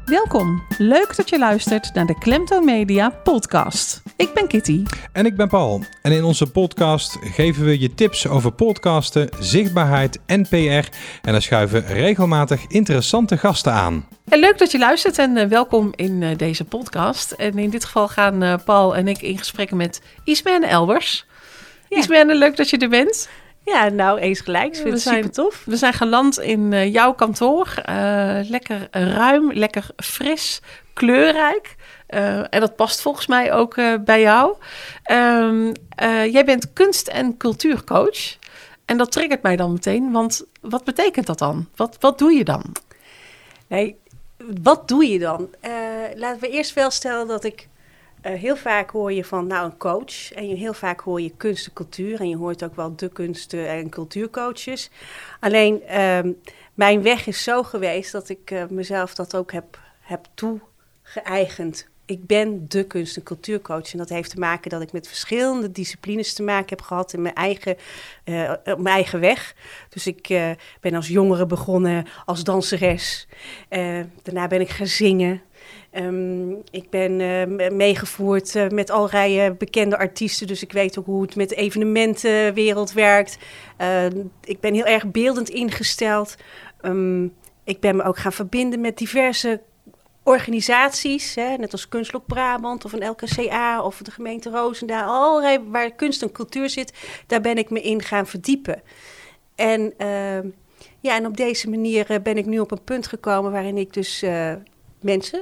Welkom. Leuk dat je luistert naar de Klemtoon Media podcast. Ik ben Kitty. En ik ben Paul. En in onze podcast geven we je tips over podcasten, zichtbaarheid en PR. En daar schuiven regelmatig interessante gasten aan. En leuk dat je luistert en welkom in deze podcast. En in dit geval gaan Paul en ik in gesprek met Ismene Elbers. Ja. Ismene, leuk dat je er bent. Ja, nou eens gelijk. Ik vind het super tof. We zijn geland in jouw kantoor. Lekker ruim, lekker fris, kleurrijk. En dat past volgens mij ook bij jou. Jij bent kunst- en cultuurcoach. En dat triggert mij dan meteen. Want wat betekent dat dan? Wat doe je dan? Nee, wat doe je dan? Laten we eerst wel stellen dat ik... heel vaak hoor je van een coach en heel vaak hoor je kunst en cultuur. En je hoort ook wel de kunsten- en cultuurcoaches. Alleen mijn weg is zo geweest dat ik mezelf dat ook heb toegeëigend. Ik ben de kunst- en cultuurcoach. En dat heeft te maken dat ik met verschillende disciplines te maken heb gehad in mijn eigen weg. Dus ik ben als jongere begonnen als danseres. Daarna ben ik gaan zingen. Ik ben meegevoerd met allerlei bekende artiesten. Dus ik weet ook hoe het met de evenementenwereld werkt. Ik ben heel erg beeldend ingesteld. Ik ben me ook gaan verbinden met diverse organisaties, net als Kunstlok Brabant of een LKCA of de gemeente Roosendaal. Allerlei waar kunst en cultuur zit, daar ben ik me in gaan verdiepen. En op deze manier ben ik nu op een punt gekomen waarin ik dus mensen,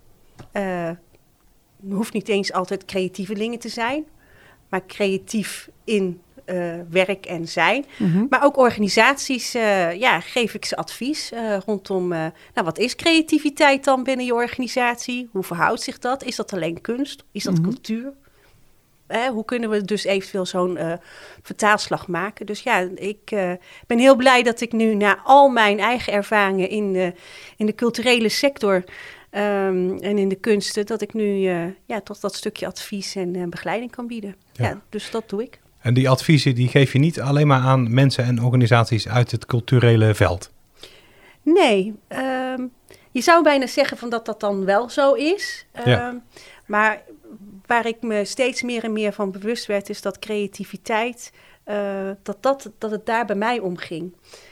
hoeft niet eens altijd creatievelingen te zijn, maar creatief in werk en zijn. Mm-hmm. Maar ook organisaties, geef ik ze advies rondom... wat is creativiteit dan binnen je organisatie? Hoe verhoudt zich dat? Is dat alleen kunst? Is dat cultuur? Hoe kunnen we dus eventueel zo'n vertaalslag maken? Dus ja, ik ben heel blij dat ik nu na al mijn eigen ervaringen in de culturele sector... en in de kunsten, dat ik nu toch dat stukje advies en begeleiding kan bieden. Ja, dus dat doe ik. En die adviezen die geef je niet alleen maar aan mensen en organisaties uit het culturele veld? Nee, je zou bijna zeggen van dat dan wel zo is. Maar waar ik me steeds meer en meer van bewust werd, is dat creativiteit, dat het daar bij mij om ging.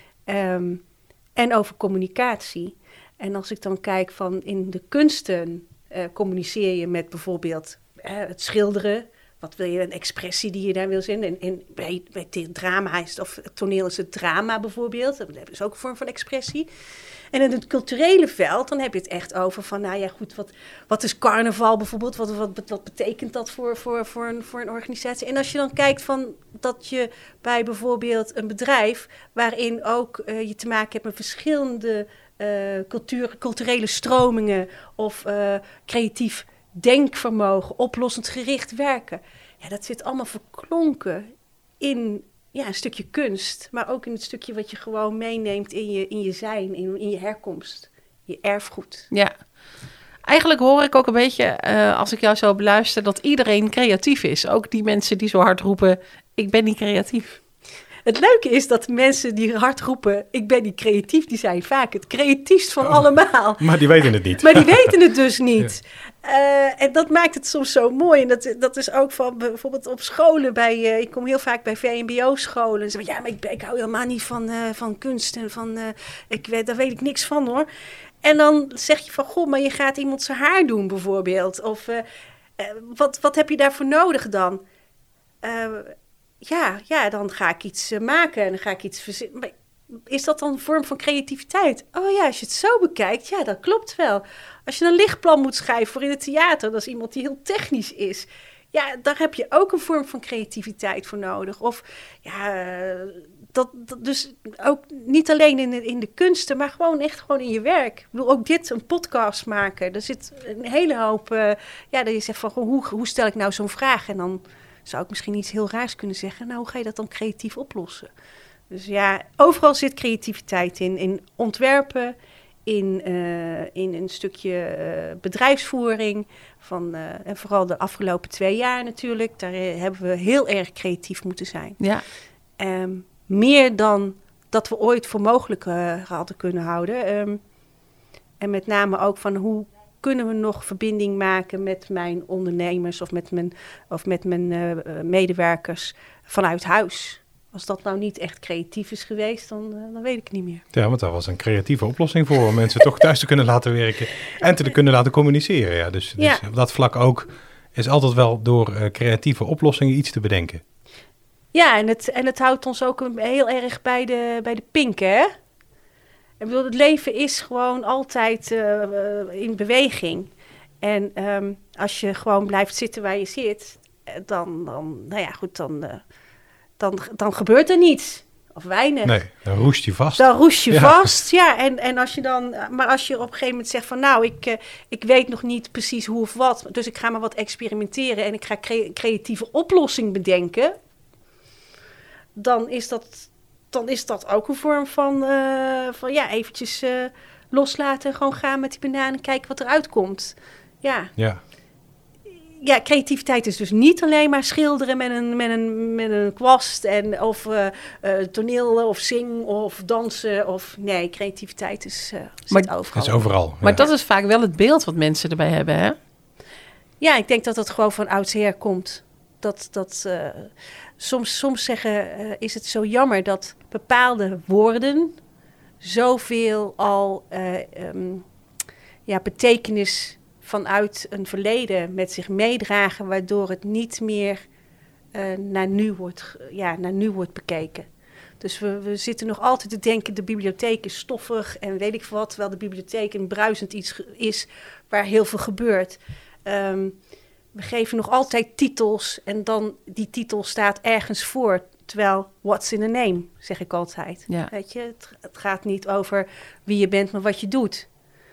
En over communicatie. En als ik dan kijk van in de kunsten communiceer je met bijvoorbeeld het schilderen. Wat wil je, een expressie die je daar wil zien. En bij het drama of het toneel is het drama bijvoorbeeld. Dat is ook een vorm van expressie. En in het culturele veld, dan heb je het echt over van, wat is carnaval bijvoorbeeld? Wat betekent dat voor een organisatie? En als je dan kijkt van dat je bij bijvoorbeeld een bedrijf, waarin ook je te maken hebt met verschillende culturele stromingen of creatief denkvermogen, oplossend gericht werken. Ja, dat zit allemaal verklonken in een stukje kunst, maar ook in het stukje wat je gewoon meeneemt in je zijn, in je herkomst, je erfgoed. Ja, eigenlijk hoor ik ook een beetje, als ik jou zo beluister, dat iedereen creatief is. Ook die mensen die zo hard roepen, ik ben niet creatief. Het leuke is dat de mensen die hard roepen, ik ben niet creatief, die zijn vaak het creatiefst van allemaal. Maar die weten het niet. Maar die weten het dus niet. Ja. En dat maakt het soms zo mooi. En dat is ook van bijvoorbeeld op scholen. Ik kom heel vaak bij VMBO-scholen. En zeggen, maar ik hou helemaal niet van kunst. En daar weet ik niks van hoor. En dan zeg je van, goh, maar je gaat iemand zijn haar doen bijvoorbeeld. Of wat heb je daarvoor nodig dan? Dan ga ik iets maken en dan ga ik iets verzinnen. Maar is dat dan een vorm van creativiteit? Oh ja, als je het zo bekijkt, ja, dat klopt wel. Als je een lichtplan moet schrijven voor in het theater, dat is iemand die heel technisch is. Ja, daar heb je ook een vorm van creativiteit voor nodig. Of dat dus ook niet alleen in de kunsten, maar gewoon in je werk. Ik bedoel, ook dit, een podcast maken. Er zit een hele hoop, dat je zegt van, hoe stel ik nou zo'n vraag? En dan zou ik misschien iets heel raars kunnen zeggen. Nou, hoe ga je dat dan creatief oplossen? Dus ja, overal zit creativiteit in. In ontwerpen, in een stukje bedrijfsvoering. En vooral de afgelopen 2 jaar natuurlijk. Daar hebben we heel erg creatief moeten zijn. Ja. Meer dan dat we ooit voor mogelijk hadden kunnen houden. En met name ook van hoe kunnen we nog verbinding maken met mijn ondernemers of met mijn medewerkers vanuit huis. Als dat nou niet echt creatief is geweest, dan weet ik het niet meer. Ja, want daar was een creatieve oplossing voor om mensen toch thuis te kunnen laten werken en te kunnen laten communiceren. Ja, dus op dat vlak ook is altijd wel door creatieve oplossingen iets te bedenken. Ja, en het houdt ons ook heel erg bij de pink, hè? Ik bedoel, het leven is gewoon altijd in beweging. En als je gewoon blijft zitten waar je zit, dan gebeurt er niets. Of weinig. Nee, dan roest je vast. Dan roest je vast, ja. En als je maar als je op een gegeven moment zegt van nou, ik weet nog niet precies hoe of wat, dus ik ga maar wat experimenteren en ik ga creatieve oplossing bedenken, dan is dat ook een vorm van eventjes loslaten en gewoon gaan met die banaan en kijken wat eruit komt. Ja, creativiteit is dus niet alleen maar schilderen met een kwast of toneel of zing of dansen. Nee, creativiteit zit overal. Is overal. Maar dat is vaak wel het beeld wat mensen erbij hebben, hè? Ja, ik denk dat het gewoon van oudsher komt. Soms is het zo jammer dat bepaalde woorden zoveel al betekenis vanuit een verleden met zich meedragen, waardoor het niet meer naar nu wordt bekeken. Dus we zitten nog altijd te denken, de bibliotheek is stoffig en weet ik veel wat, terwijl de bibliotheek een bruisend iets is waar heel veel gebeurt. We geven nog altijd titels en dan die titel staat ergens voor. Terwijl, what's in a name, zeg ik altijd. Ja. Weet je, het gaat niet over wie je bent, maar wat je doet.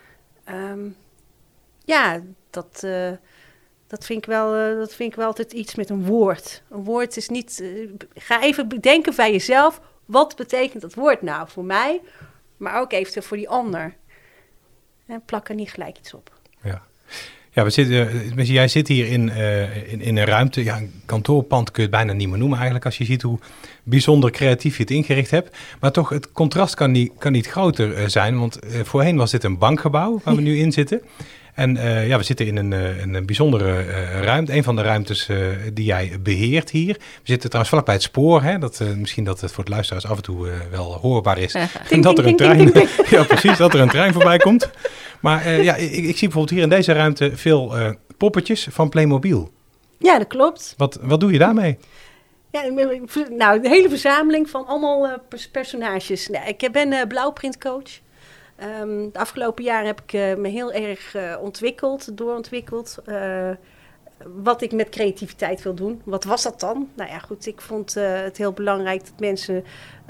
Dat vind ik wel altijd iets met een woord. Een woord is niet... ga even bedenken bij jezelf, wat betekent dat woord nou voor mij, maar ook eventueel voor die ander. En plak er niet gelijk iets op. Ja, jij zit hier in een ruimte. Ja, een kantoorpand kun je het bijna niet meer noemen eigenlijk, als je ziet hoe bijzonder creatief je het ingericht hebt. Maar toch, het contrast kan niet groter zijn, want voorheen was dit een bankgebouw waar we nu in zitten. En we zitten in een bijzondere ruimte, een van de ruimtes die jij beheert hier. We zitten trouwens vlakbij het spoor, hè? Misschien dat het voor de luisteraars af en toe wel hoorbaar is. En dat er een trein, ja precies, dat er een trein voorbij komt. Maar ik zie bijvoorbeeld hier in deze ruimte veel poppetjes van Playmobil. Ja, dat klopt. Wat doe je daarmee? Ja, nou, een hele verzameling van allemaal personages. Nou, ik ben blauwprintcoach. De afgelopen jaren heb ik me heel erg doorontwikkeld. Wat ik met creativiteit wil doen. Wat was dat dan? Nou ja, goed, ik vond het heel belangrijk dat mensen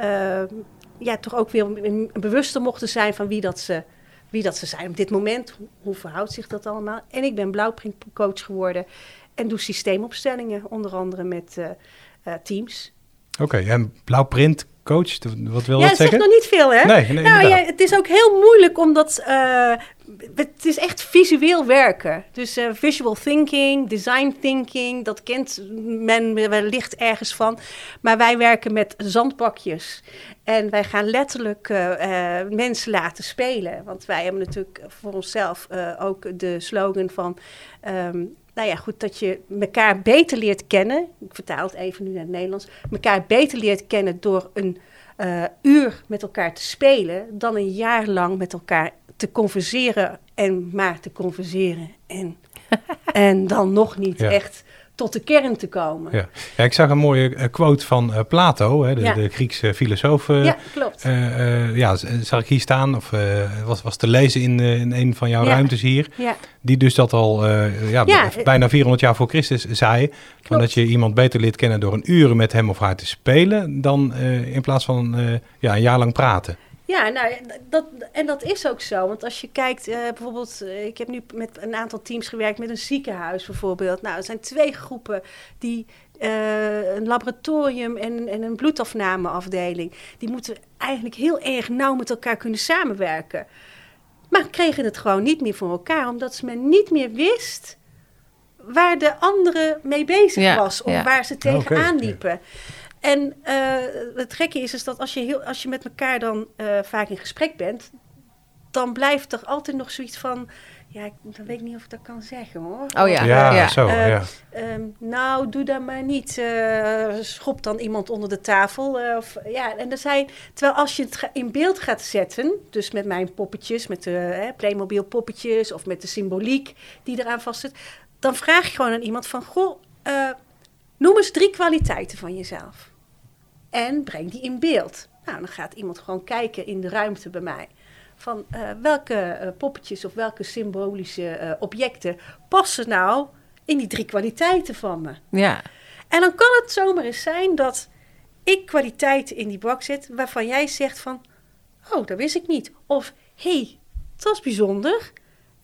toch ook weer bewuster mochten zijn van wie dat ze zijn op dit moment. Hoe verhoudt zich dat allemaal? En ik ben blauwprintcoach geworden en doe systeemopstellingen, onder andere met teams. Oké, en blauwprint coach, wat wil dat zeggen? Ja, dat zegt nog niet veel, hè? Nee, het is ook heel moeilijk omdat het is echt visueel werken. Dus visual thinking, design thinking, dat kent men wellicht ergens van. Maar wij werken met zandbakjes. En wij gaan letterlijk mensen laten spelen. Want wij hebben natuurlijk voor onszelf ook de slogan van... dat je elkaar beter leert kennen. Ik vertaal het even nu naar het Nederlands. Elkaar beter leert kennen door een uur met elkaar te spelen... dan een jaar lang met elkaar te converseren en maar te converseren. En dan nog niet echt tot de kern te komen. Ja, ik zag een mooie quote van Plato, hè, de Griekse filosoof. Ja, klopt. Zag ik hier staan, of was te lezen in een van jouw ruimtes hier. Ja. Die dus dat al bijna 400 jaar voor Christus zei. Van dat je iemand beter leert kennen door een uur met hem of haar te spelen... dan in plaats van een jaar lang praten. Ja, nou, dat is ook zo. Want als je kijkt, bijvoorbeeld... ik heb nu met een aantal teams gewerkt met een ziekenhuis bijvoorbeeld. Nou, er zijn 2 groepen die... een laboratorium en een bloedafnameafdeling... die moeten eigenlijk heel erg nauw met elkaar kunnen samenwerken. Maar kregen het gewoon niet meer voor elkaar... omdat men niet meer wist waar de andere mee bezig was... of waar ze tegenaan liepen. Ja. En het gekke is dat als je met elkaar dan vaak in gesprek bent... dan blijft er altijd nog zoiets van... Ja, dan weet ik niet of ik dat kan zeggen, hoor. Oh ja. Zo, ja. Nou, doe dat maar niet. Schop dan iemand onder de tafel. Terwijl als je het in beeld gaat zetten... dus met mijn poppetjes, met de Playmobil poppetjes... of met de symboliek die eraan vastzit... dan vraag je gewoon aan iemand van... Goh, noem eens 3 kwaliteiten van jezelf. En breng die in beeld. Nou, dan gaat iemand gewoon kijken in de ruimte bij mij... van welke poppetjes of welke symbolische objecten passen nou in die 3 kwaliteiten van me. Ja. En dan kan het zomaar eens zijn dat ik kwaliteiten in die bak zet waarvan jij zegt van, oh, dat wist ik niet. Of, hey, dat is bijzonder.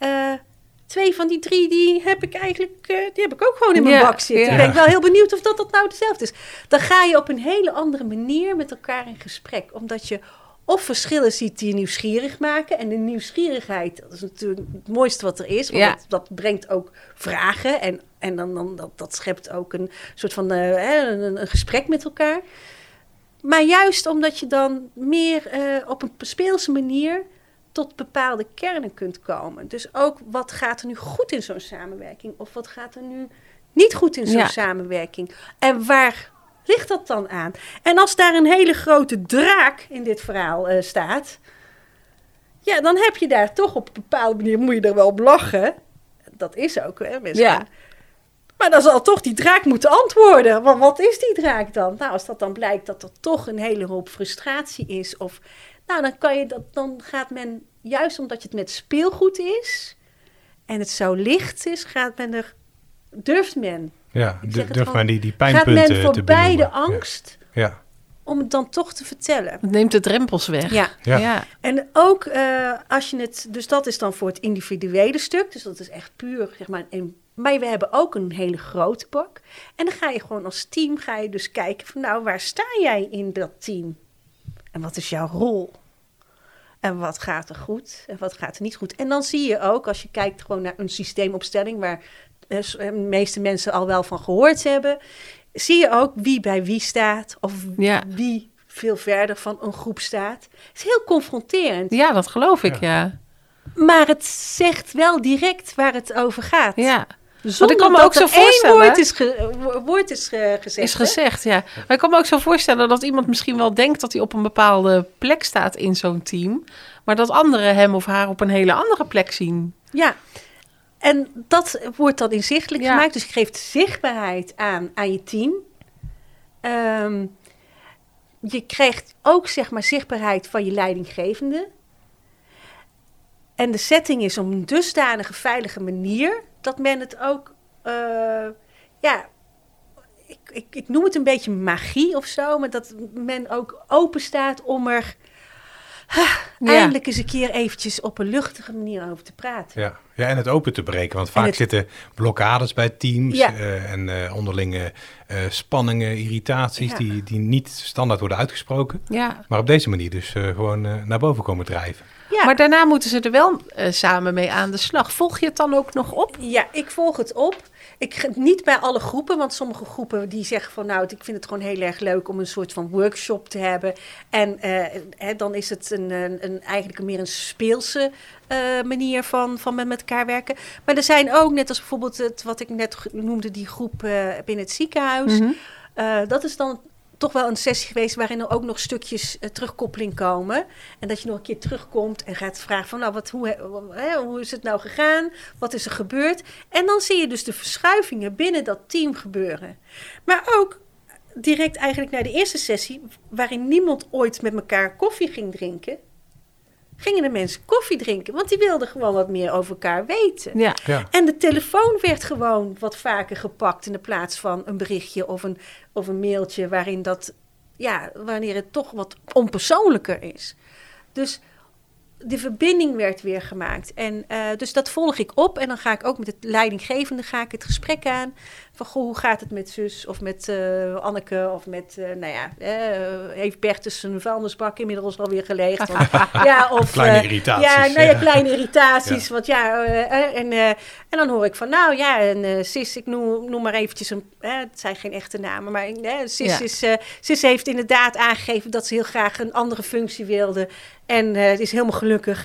2 van die 3, die heb ik ook gewoon in mijn bak zitten. Ja. Dan ben ik wel heel benieuwd of dat nou dezelfde is. Dan ga je op een hele andere manier met elkaar in gesprek. Omdat je of verschillen ziet die je nieuwsgierig maken. En de nieuwsgierigheid, dat is natuurlijk het mooiste wat er is. Want dat brengt ook vragen. En dan dat schept ook een soort van een gesprek met elkaar. Maar juist omdat je dan meer op een speelse manier tot bepaalde kernen kunt komen. Dus ook wat gaat er nu goed in zo'n samenwerking? Of wat gaat er nu niet goed in zo'n samenwerking? En waar ligt dat dan aan? En als daar een hele grote draak in dit verhaal staat... ja, dan heb je daar toch op een bepaalde manier... moet je er wel op lachen. Dat is ook, hè, mensen. Ja. Maar dan zal toch die draak moeten antwoorden. Want wat is die draak dan? Nou, als dat dan blijkt dat er toch een hele hoop frustratie is... of nou, dan gaat men, juist omdat het met speelgoed is... en het zo licht is, durft men... Ja, durft men die pijnpunten te benoemen. Gaat men voorbij de angst om het dan toch te vertellen. Het neemt de drempels weg. Ja. En ook als je het... Dus dat is dan voor het individuele stuk. Dus dat is echt puur, zeg maar... Maar we hebben ook een hele grote bak. En dan ga je gewoon als team dus kijken van... nou, waar sta jij in dat team? En wat is jouw rol? En wat gaat er goed? En wat gaat er niet goed? En dan zie je ook, als je kijkt gewoon naar een systeemopstelling... waar de meeste mensen al wel van gehoord hebben... zie je ook wie bij wie staat... of wie veel verder van een groep staat. Het is heel confronterend. Ja, dat geloof ik, ja. Maar het zegt wel direct waar het over gaat. Ja. Zonder ik kan me dat ook zo er voorstellen, één woord is gezegd. Is gezegd, ja. Maar ik kan me ook zo voorstellen dat iemand misschien wel denkt... dat hij op een bepaalde plek staat in zo'n team... maar dat anderen hem of haar op een hele andere plek zien. Ja, en dat wordt dan inzichtelijk gemaakt. Dus je geeft zichtbaarheid aan je team. Je krijgt ook, zeg maar, zichtbaarheid van je leidinggevende... En de setting is op een dusdanige veilige manier... dat men het ook... ik noem het een beetje magie of zo... maar dat men ook open staat om er... eindelijk eens een keer eventjes op een luchtige manier over te praten. Ja, en het open te breken. Want vaak zitten blokkades bij teams... en onderlinge spanningen, irritaties... die niet standaard worden uitgesproken. Ja. Maar op deze manier dus gewoon naar boven komen drijven. Ja. Maar daarna moeten ze er wel samen mee aan de slag. Volg je het dan ook nog op? Ja, ik volg het op. Niet bij alle groepen, want sommige groepen die zeggen van... nou, ik vind het gewoon heel erg leuk om een soort van workshop te hebben. En dan is het eigenlijk meer een speelse manier van met elkaar werken. Maar er zijn ook, net als bijvoorbeeld wat ik net noemde... die groep binnen het ziekenhuis. Mm-hmm. Dat is dan... toch wel een sessie geweest waarin er ook nog stukjes terugkoppeling komen. En dat je nog een keer terugkomt en gaat vragen van... nou, hoe is het nou gegaan? Wat is er gebeurd? En dan zie je dus de verschuivingen binnen dat team gebeuren. Maar ook direct eigenlijk naar de eerste sessie... waarin niemand ooit met elkaar koffie ging drinken... gingen de mensen koffie drinken. Want die wilden gewoon wat meer over elkaar weten. Ja. En de telefoon werd gewoon wat vaker gepakt... in de plaats van een berichtje of een mailtje... waarin wanneer het toch wat onpersoonlijker is. Dus de verbinding werd weer gemaakt. En dus dat volg ik op. En dan ga ik ook met het leidinggevende het gesprek aan... van hoe gaat het met zus of met Anneke... of met, heeft Bertus een vuilnisbak inmiddels alweer gelegd? Of kleine irritaties. Kleine irritaties. Ja. Want en dan hoor ik van, Sis, ik noem maar eventjes het zijn geen echte namen, maar Sis heeft inderdaad aangegeven dat ze heel graag een andere functie wilde. En het is helemaal gelukkig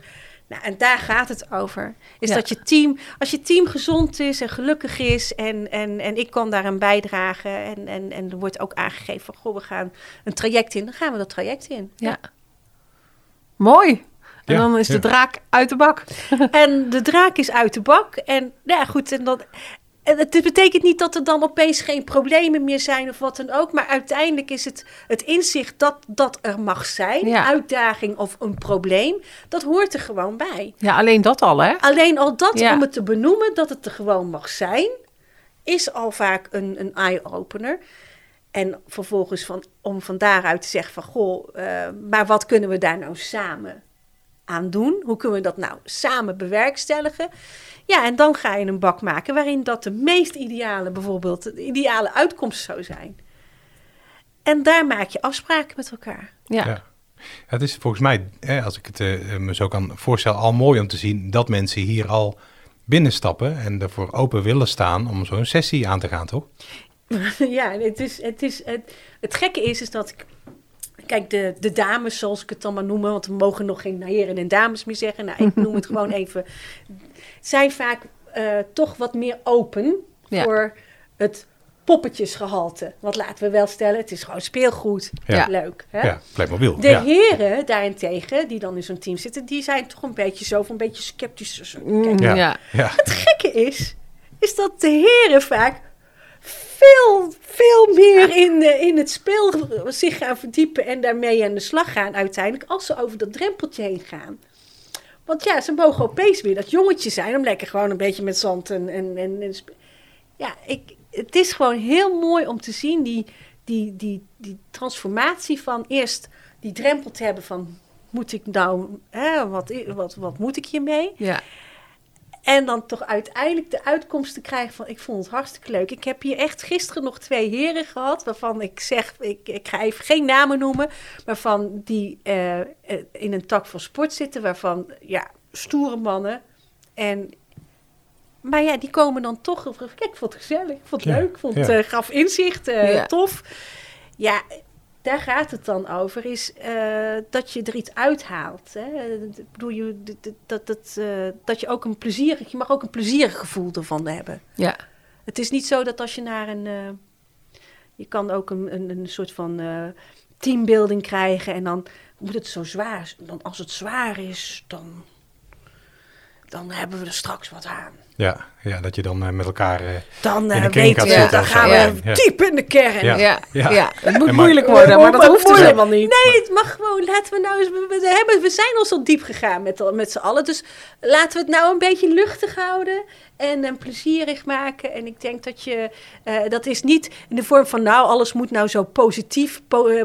Nou, en daar gaat het over. Is Ja. dat als je team gezond is en gelukkig is en ik kan daaraan bijdragen en er wordt ook aangegeven van, goh, we gaan een traject in, dan gaan we dat traject in. Ja. Mooi. En Ja, dan is de ja. draak uit de bak. En de draak is uit de bak. En ja, goed. En het betekent niet dat er dan opeens geen problemen meer zijn of wat dan ook. Maar uiteindelijk is het inzicht dat er mag zijn. Ja. Uitdaging of een probleem. Dat hoort er gewoon bij. Ja, alleen dat al, hè? Alleen al dat, Ja. om het te benoemen, dat het er gewoon mag zijn, is al vaak een eye-opener. En vervolgens om van daaruit te zeggen van, goh, maar wat kunnen we daar nou samen aan doen? Hoe kunnen we dat nou samen bewerkstelligen? Ja, en dan ga je een bak maken waarin dat de meest ideale, bijvoorbeeld de ideale uitkomst zou zijn. En daar maak je afspraken met elkaar. Ja. Ja. Het is volgens mij, als ik het me zo kan voorstellen, al mooi om te zien dat mensen hier al binnenstappen en ervoor open willen staan om zo'n sessie aan te gaan, toch? Ja, het gekke is dat ik... Kijk, de dames, zoals ik het dan maar noemen, want we mogen nog geen heren en dames meer zeggen. Nou, ik noem het gewoon even. Zijn vaak toch wat meer open voor het poppetjesgehalte. Want laten we wel stellen, het is gewoon speelgoed. Ja. Leuk. Hè? Ja, Playmobil. De Ja. heren daarentegen, die dan in zo'n team zitten, die zijn toch een beetje zo van een beetje sceptisch. Zo. Kijk, Ja. Ja. Ja. het gekke is dat de heren vaak veel meer in het spel zich gaan verdiepen en daarmee aan de slag gaan uiteindelijk, als ze over dat drempeltje heen gaan. Want ja, ze mogen opeens weer dat jongetje zijn om lekker gewoon een beetje met zand ja, het is gewoon heel mooi om te zien die transformatie van eerst die drempel te hebben van, moet ik nou, wat moet ik hiermee? Ja. En dan toch uiteindelijk de uitkomst te krijgen van, ik vond het hartstikke leuk. Ik heb hier echt gisteren nog 2 heren gehad, waarvan ik zeg, ik ga even geen namen noemen, waarvan die in een tak van sport zitten, waarvan, ja, stoere mannen. Maar ja, die komen dan toch, kijk, ik vond het gezellig, ik vond het leuk, ik vond het gaf inzicht, tof. Ja, daar gaat het dan over, is dat je er iets uithaalt. Hè? Ik bedoel, dat je ook je mag ook een plezierig gevoel ervan hebben. Ja. Het is niet zo dat als je naar je kan ook een soort van teambuilding krijgen en dan moet het zo zwaar. Dan als het zwaar is, dan hebben we er straks wat aan. Ja, dat je dan met elkaar Dan in een kring weten gaat we, zitten. dan of gaan zo. we Ja. diep in de kern. Ja. Ja. Het moet En moeilijk worden, maar dat hoeft dus helemaal niet. Nee, het mag gewoon. Laten we nou eens. We zijn al zo diep gegaan met z'n allen. Dus laten we het nou een beetje luchtig houden en plezierig maken. En ik denk dat dat is niet in de vorm van, nou, alles moet nou zo positief,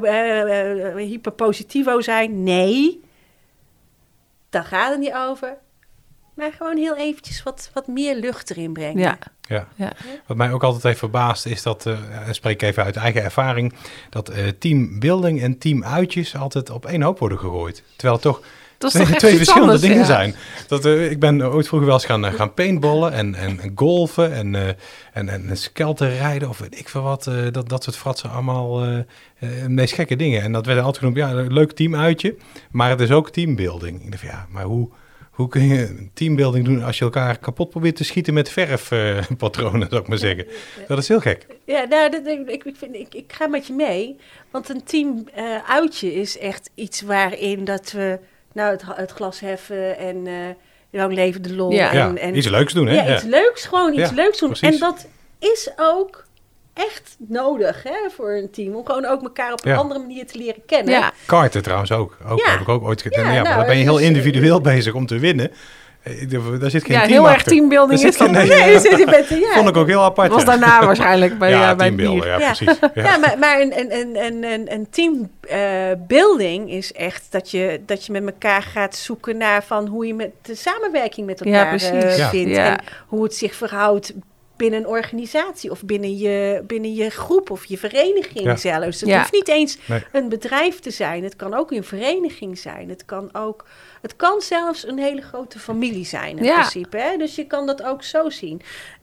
hyperpositivo zijn. Nee, daar gaat het niet over. Maar gewoon heel eventjes wat meer lucht erin brengen. Ja. Ja. Wat mij ook altijd heeft verbaasd is dat, en spreek even uit eigen ervaring, dat teambuilding en teamuitjes altijd op één hoop worden gegooid. Terwijl het toch Dat is toch echt twee iets verschillende anders, dingen ja. zijn. Ik ben ooit vroeger wel eens gaan paintballen en golfen en skelterrijden of weet ik veel wat. Dat soort fratsen allemaal meest gekke dingen. En dat werd altijd genoemd, ja, een leuk teamuitje, maar het is ook teambuilding. Ik dacht, ja, maar hoe kun je een teambuilding doen als je elkaar kapot probeert te schieten met verfpatronen, zou ik maar zeggen. Dat is heel gek. Ja, nou, ik ga met je mee. Want een team uitje is echt iets waarin dat we het glas heffen en lang leven de lol. Ja. En Iets leuks doen, hè? Ja, iets leuks, gewoon iets Ja, leuks doen. precies. En dat is ook echt nodig, hè, voor een team. Om gewoon ook elkaar op een andere manier te leren kennen. Ja. Karten trouwens ook. Ja. Heb ik ook ooit gedaan. Ja, Ja, maar nou, dan ben je heel dus, individueel bezig om te winnen. Daar zit geen Ja, team heel erg achter. teambuilding Er is zit dat. geen- Nee, je bent er, ja. Vond ik ook heel apart. Dat was ja. daarna waarschijnlijk bij Ja, bij het teambeelden, bier. ja, Ja. precies. Ja. Ja, maar een teambuilding is echt dat je met elkaar gaat zoeken naar van hoe je met de samenwerking met Ja, elkaar precies. Ja. vindt. Ja. En hoe het zich verhoudt binnen een organisatie of binnen je groep of je vereniging Ja. zelfs. Het Ja. hoeft niet eens Nee. een bedrijf te zijn. Het kan ook een vereniging zijn. Het kan zelfs een hele grote familie zijn in Ja. principe. Hè? Dus je kan dat ook zo zien.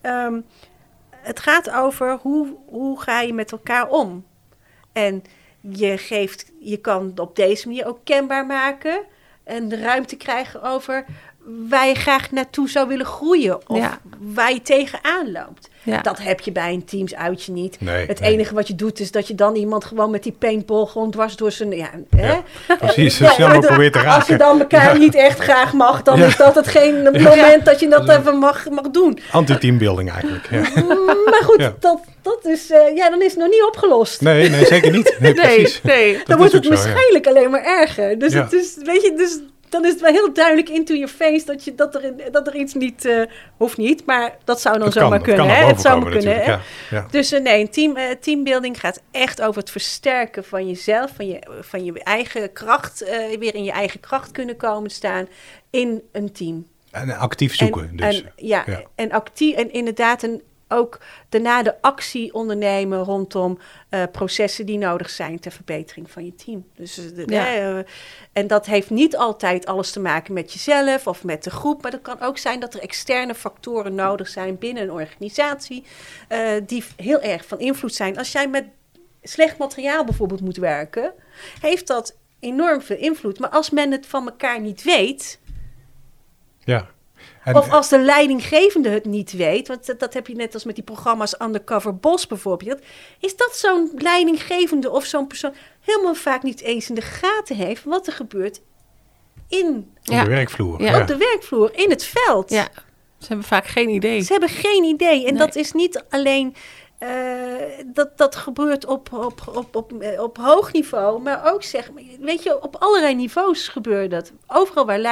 Het gaat over hoe ga je met elkaar om. En je kan op deze manier ook kenbaar maken en de ruimte krijgen over waar je graag naartoe zou willen groeien. Of waar je tegenaan loopt. Ja. Dat heb je bij een teamsuitje niet. Nee, Het enige wat je doet is dat je dan iemand gewoon met die paintball gewoon dwars door zijn... precies, zo snel mogelijk probeert te raken. Als je dan elkaar niet echt graag mag, dan is dat hetgeen moment dat je dat even mag doen. Anti-teambuilding eigenlijk. Ja. Maar goed, dat is, dan is het nog niet opgelost. Nee, zeker niet. Nee, precies. Nee. Dan wordt het ook zo, waarschijnlijk alleen maar erger. Dus het is, weet je, dus dan is het wel heel duidelijk into your face dat er iets niet hoeft niet, maar dat zou dan zomaar kunnen. Het zou maar kunnen. Hè? Ja. Dus een teambuilding gaat echt over het versterken van jezelf, van je eigen kracht, weer in je eigen kracht kunnen komen staan in een team. En actief zoeken. En actief en inderdaad ook daarna de actie ondernemen rondom processen die nodig zijn ter verbetering van je team. Dus, en dat heeft niet altijd alles te maken met jezelf of met de groep, maar het kan ook zijn dat er externe factoren nodig zijn binnen een organisatie die heel erg van invloed zijn. Als jij met slecht materiaal bijvoorbeeld moet werken, heeft dat enorm veel invloed. Maar als men het van elkaar niet weet... Ja. Of als de leidinggevende het niet weet, want dat heb je net als met die programma's Undercover Boss bijvoorbeeld, is dat zo'n leidinggevende of zo'n persoon helemaal vaak niet eens in de gaten heeft wat er gebeurt op de werkvloer. Ja. Op de werkvloer, in het veld. Ja, ze hebben vaak geen idee. Ze hebben geen idee. En dat is niet alleen... dat gebeurt op hoog niveau, maar ook weet je, op allerlei niveaus gebeurt dat. Overal waar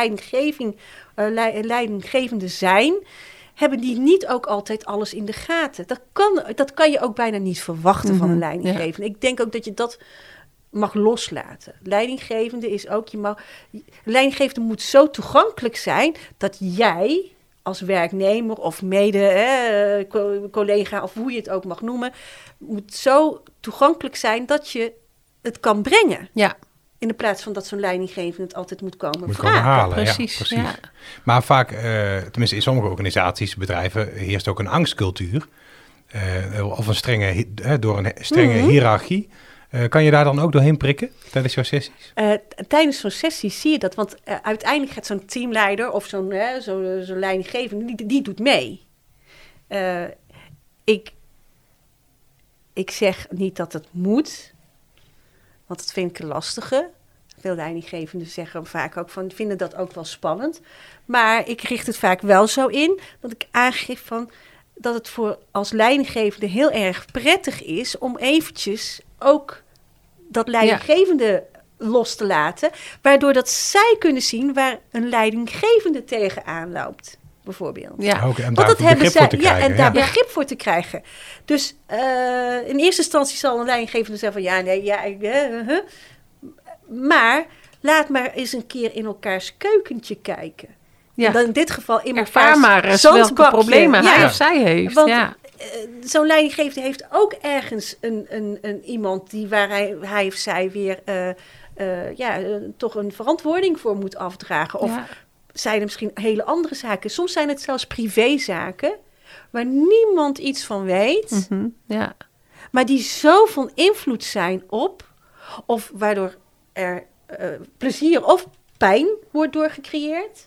leidinggevenden zijn, hebben die niet ook altijd alles in de gaten. Dat kan je ook bijna niet verwachten van een leidinggevende. Ik denk ook dat je dat mag loslaten. Leidinggevende is ook, leidinggevende moet zo toegankelijk zijn dat jij als werknemer of collega of hoe je het ook mag noemen, moet zo toegankelijk zijn dat je het kan brengen. Ja. In de plaats van dat zo'n leidinggevende het altijd moet komen vragen. Komen halen, precies. Ja. Maar vaak, tenminste in sommige organisaties, bedrijven, heerst ook een angstcultuur. Of door een strenge hiërarchie. Kan je daar dan ook doorheen prikken tijdens jouw sessies? Tijdens zo'n sessie zie je dat, want uiteindelijk gaat zo'n teamleider of zo'n leidinggevende, die doet mee. Ik zeg niet dat het moet, want dat vind ik een lastige. Veel leidinggevenden zeggen vaak ook vinden dat ook wel spannend. Maar ik richt het vaak wel zo in dat ik aangeef dat het voor als leidinggevende heel erg prettig is om eventjes ook dat leidinggevende los te laten, waardoor dat zij kunnen zien waar een leidinggevende tegenaan loopt, bijvoorbeeld. Ja, en daar begrip voor te krijgen. Ja, en daar begrip voor te krijgen. Dus in eerste instantie zal een leidinggevende zeggen van maar laat maar eens een keer in elkaars keukentje kijken. Ja. En dan in dit geval in elkaar maar eens welke problemen hij of zij heeft. Want, zo'n leidinggevende heeft ook ergens een iemand waar hij of zij weer toch een verantwoording voor moet afdragen. Of zijn er misschien hele andere zaken. Soms zijn het zelfs privézaken waar niemand iets van weet. Maar die zo van invloed zijn op, of waardoor er plezier of pijn wordt doorgecreëerd,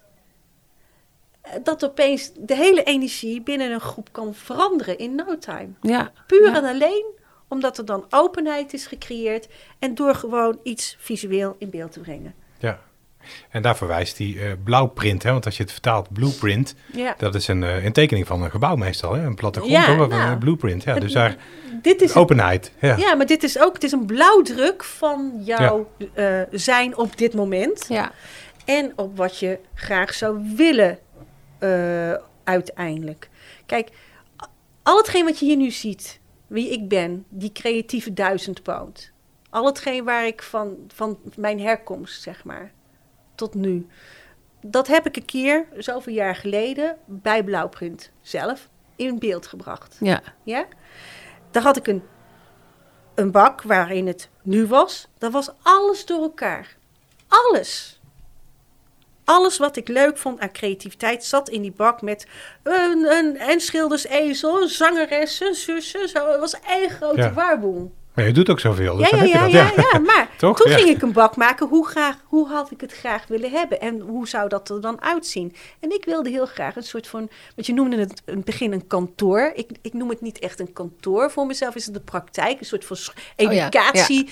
dat opeens de hele energie binnen een groep kan veranderen in no time. Ja. Puur en alleen omdat er dan openheid is gecreëerd en door gewoon iets visueel in beeld te brengen. Ja, en daar verwijst die blauwprint, hè? Want als je het vertaalt, blueprint, dat is een tekening van een gebouw meestal, hè? Een plattegrond, een blueprint. Ja, dus daar dit is openheid. Ja, maar dit is ook, het is een blauwdruk van jouw zijn op dit moment. Ja. En op wat je graag zou willen uiteindelijk. Kijk, al hetgeen wat je hier nu ziet, wie ik ben, die creatieve duizendpoot, al hetgeen waar ik van mijn herkomst, zeg maar, tot nu, dat heb ik een keer, zoveel jaar geleden, bij Blauwprint zelf in beeld gebracht. Ja. Ja? Daar had ik een bak waarin het nu was. Dat was alles door elkaar. Alles. Alles wat ik leuk vond aan creativiteit zat in die bak met een schildersezel, een zangeres, een zussen. Zo. Het was één grote warboel. Maar je doet ook zoveel, dus Ja, dan heb je dat. ja, maar Toch? toen Ja. ging ik een bak maken. Hoe had ik het graag willen hebben? En hoe zou dat er dan uitzien? En ik wilde heel graag een soort van... Want je noemde het in het begin een kantoor. Ik noem het niet echt een kantoor. Voor mezelf is het de praktijk. Een soort van educatie.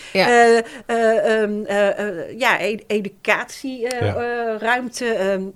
Educatieruimte.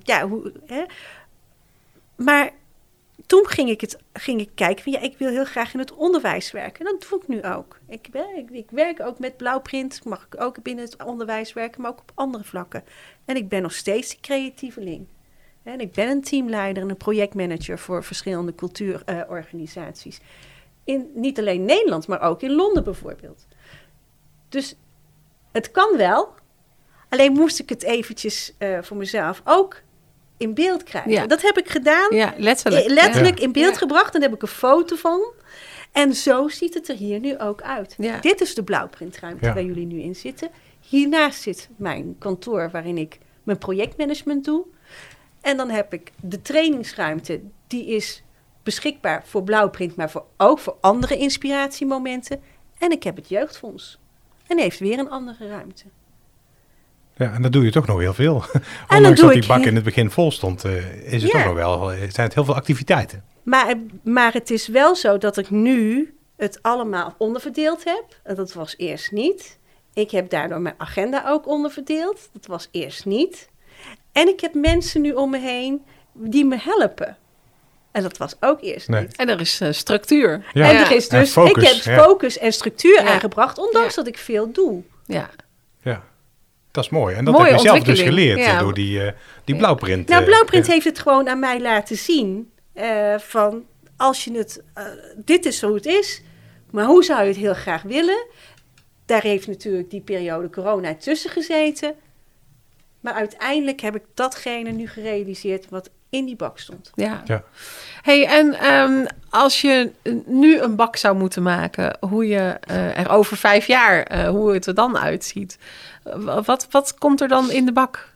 Maar... Toen ging ik kijken van ik wil heel graag in het onderwijs werken. En dat doe ik nu ook. Ik werk ook met Blauwprint. Mag ik ook binnen het onderwijs werken, maar ook op andere vlakken. En ik ben nog steeds die creatieveling. En ik ben een teamleider en een projectmanager voor verschillende cultuurorganisaties. Niet alleen Nederland, maar ook in Londen bijvoorbeeld. Dus het kan wel. Alleen moest ik het eventjes voor mezelf ook in beeld krijgen. Ja. Dat heb ik gedaan. Ja, letterlijk. Letterlijk in beeld gebracht. En daar heb ik een foto van. En zo ziet het er hier nu ook uit. Ja. Dit is de blauwprintruimte waar jullie nu in zitten. Hiernaast zit mijn kantoor waarin ik mijn projectmanagement doe. En dan heb ik de trainingsruimte. Die is beschikbaar voor Blauwprint, maar ook voor andere inspiratiemomenten. En ik heb het jeugdfonds. En die heeft weer een andere ruimte. Ja, en dat doe je toch nog heel veel. dan Ondanks doe dat die ik- bak in het begin vol stond, is het Ja. toch nog wel, zijn het heel veel activiteiten. Maar het is wel zo dat ik nu het allemaal onderverdeeld heb. En dat was eerst niet. Ik heb daardoor mijn agenda ook onderverdeeld. Dat was eerst niet. En ik heb mensen nu om me heen die me helpen. En dat was ook eerst Nee. niet. En er is structuur. Ja. En er is En dus, focus, ik heb ja. focus en structuur Ja. aangebracht, ondanks Ja. dat ik veel doe. Ja. Ja, dat is mooi. En dat Mooie heb je zelf dus ontwikkeling. geleerd Ja. door die blauwprint. Nou, Blauwprint ja. heeft het gewoon aan mij laten zien. Van, als je het... dit is zo het is, maar hoe zou je het heel graag willen? Daar heeft natuurlijk die periode corona tussen gezeten. Maar uiteindelijk heb ik datgene nu gerealiseerd wat in die bak stond. Ja. Ja. Hey, en als je nu een bak zou moeten maken, hoe je er over 5 jaar, hoe het er dan uitziet. Wat komt er dan in de bak?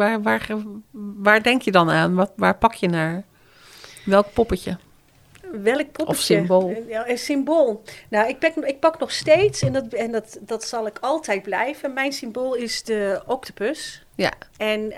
Waar denk je dan aan? Waar pak je naar? Welk poppetje? Welk poppetje? Of symbool? Ja, een symbool. Nou, ik pak nog steeds, en dat zal ik altijd blijven. Mijn symbool is de octopus. Ja. En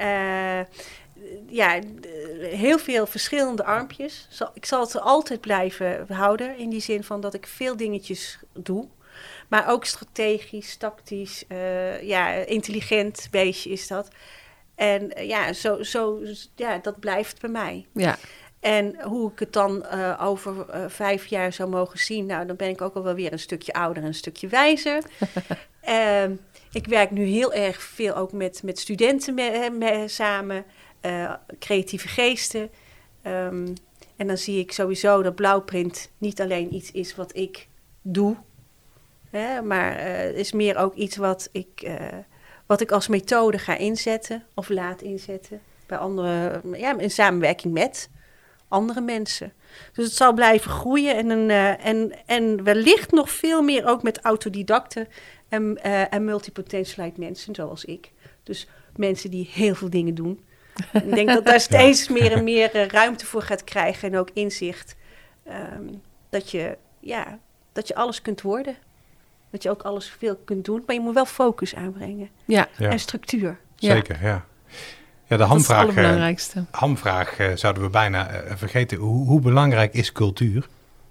heel veel verschillende armpjes. Ik zal het er altijd blijven houden. In die zin van dat ik veel dingetjes doe. Maar ook strategisch, tactisch, intelligent beestje is dat. En dat blijft bij mij. Ja. En hoe ik het dan over 5 jaar zou mogen zien... nou, dan ben ik ook al wel weer een stukje ouder en een stukje wijzer. Ik werk nu heel erg veel ook met studenten samen, creatieve geesten. En dan zie ik sowieso dat Blauwprint niet alleen iets is wat ik doe... maar is meer ook iets wat ik als methode ga inzetten of laat inzetten... bij andere, in samenwerking met andere mensen. Dus het zal blijven groeien en wellicht nog veel meer ook met autodidacten en multipotentialite mensen zoals ik. Dus mensen die heel veel dingen doen. Ik denk dat daar steeds meer en meer ruimte voor gaat krijgen en ook inzicht. Dat je alles kunt worden. Dat je ook alles veel kunt doen, maar je moet wel focus aanbrengen. Ja. En structuur. Zeker, ja. Ja, de Dat is het hamvraag, allerbelangrijkste. hamvraag zouden we bijna vergeten. Hoe belangrijk is cultuur?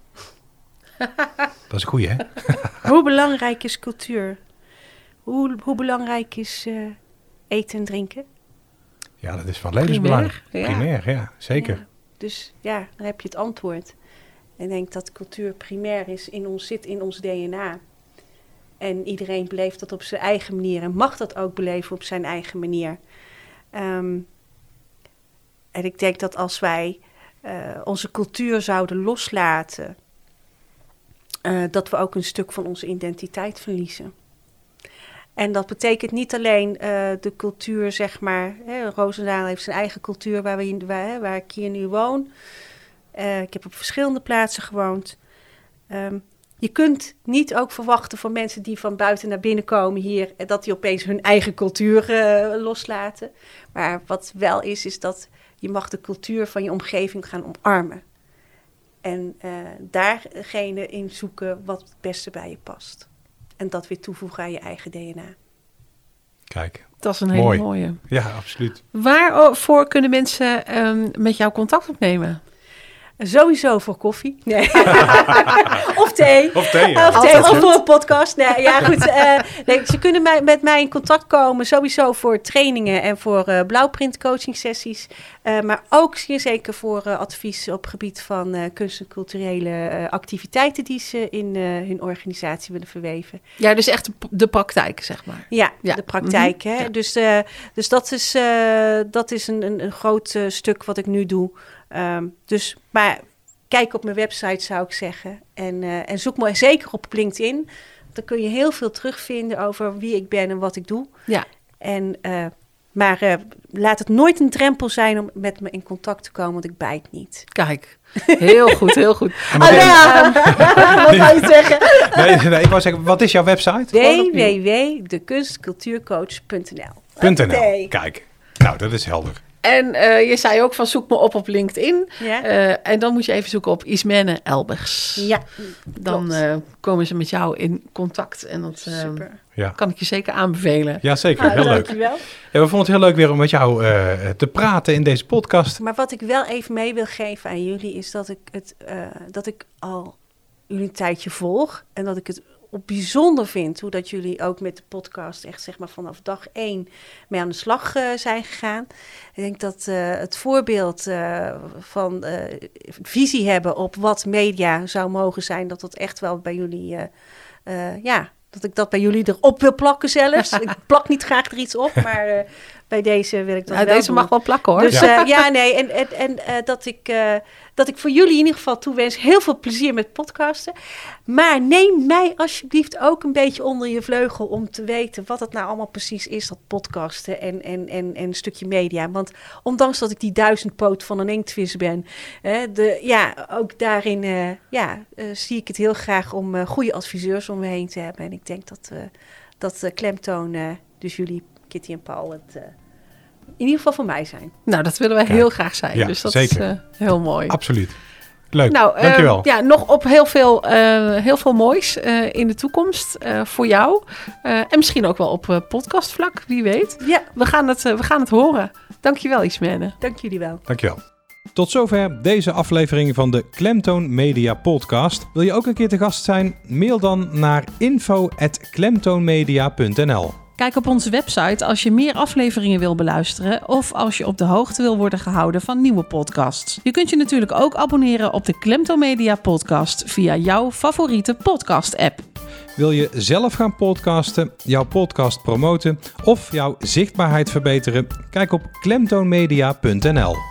Dat is een goeie, hè? Hoe belangrijk is cultuur? Hoe belangrijk is eten en drinken? Ja, dat is van levensbelang. Primair, ja. Primair, ja, zeker. Ja, dus ja, daar heb je het antwoord. Ik denk dat cultuur primair is, zit in ons DNA. En iedereen beleeft dat op zijn eigen manier en mag dat ook beleven op zijn eigen manier. En ik denk dat als wij onze cultuur zouden loslaten, dat we ook een stuk van onze identiteit verliezen. En dat betekent niet alleen de cultuur, zeg maar. Roosendaal heeft zijn eigen cultuur waar ik hier nu woon. Ik heb op verschillende plaatsen gewoond. Je kunt niet ook verwachten van mensen die van buiten naar binnen komen hier, dat die opeens hun eigen cultuur loslaten. Maar wat wel is dat je mag de cultuur van je omgeving gaan omarmen. En daargene in zoeken wat het beste bij je past. en dat weer toevoegen aan je eigen DNA. Kijk. Dat is een hele mooie. Ja, absoluut. Waarvoor kunnen mensen met jou contact opnemen? Sowieso voor koffie. Nee. Of thee. Of thee, Of voor een podcast. Nee, ja, goed. Ze kunnen met mij in contact komen. Sowieso voor trainingen en voor blauwprint coaching sessies. Maar ook zeer zeker voor advies op gebied van kunst- en culturele activiteiten die ze in hun organisatie willen verweven. Ja, dus echt de praktijk, zeg maar. Ja, de praktijk. Mm-hmm. Hè? Ja. Dus dat is een groot stuk wat ik nu doe. Maar kijk op mijn website, zou ik zeggen. En zoek me zeker op LinkedIn. Dan kun je heel veel terugvinden over wie ik ben en wat ik doe. Ja. Maar laat het nooit een drempel zijn om met me in contact te komen, want ik bijt niet. Kijk, heel goed, heel goed. Wat wou je zeggen? Nee, ik wou zeggen, wat is jouw website? www.dekunstcultuurcoach.nl. Kijk, nou, dat is helder. En je zei ook van zoek me op LinkedIn. Ja. En dan moet je even zoeken op Ismene Elbers. Ja, dan komen ze met jou in contact. En dat kan ik je zeker aanbevelen. Ja, zeker. Heel leuk. Dankjewel. Ja, we vonden het heel leuk weer om met jou te praten in deze podcast. Maar wat ik wel even mee wil geven aan jullie is dat ik al jullie een tijdje volg. En dat ik het bijzonder vind hoe dat jullie ook met de podcast echt zeg maar vanaf dag 1 mee aan de slag zijn gegaan. Ik denk dat het voorbeeld van visie hebben op wat media zou mogen zijn, dat dat echt wel bij jullie, dat ik dat bij jullie erop wil plakken zelfs. Ik plak niet graag er iets op, maar bij deze wil ik dat wel deze doen. mag wel plakken hoor. Dus dat ik voor jullie in ieder geval toewens heel veel plezier met podcasten. Maar neem mij alsjeblieft ook een beetje onder je vleugel om te weten wat het nou allemaal precies is, dat podcasten en een stukje media. Want ondanks dat ik die 1000-poot van een inktvis ben, ook daarin zie ik het heel graag om goede adviseurs om me heen te hebben. En ik denk dat Klemtoon, dus jullie, Kitty en Paul, het in ieder geval voor mij zijn. Nou, dat willen wij heel graag zijn. Ja, dus dat zeker. is heel mooi. Absoluut. Leuk, Nou, dankjewel. Nog op heel veel moois in de toekomst voor jou. En misschien ook wel op podcastvlak, wie weet. Ja. We gaan het horen. Dankjewel, Ismene. Dank jullie wel. Dankjewel. Tot zover deze aflevering van de Klemtoon Media Podcast. Wil je ook een keer te gast zijn? Mail dan naar info@klemtoonmedia.nl. Kijk op onze website als je meer afleveringen wil beluisteren of als je op de hoogte wil worden gehouden van nieuwe podcasts. Je kunt je natuurlijk ook abonneren op de Klemtoon Media Podcast via jouw favoriete podcast-app. Wil je zelf gaan podcasten, jouw podcast promoten of jouw zichtbaarheid verbeteren? Kijk op klemtoonmedia.nl.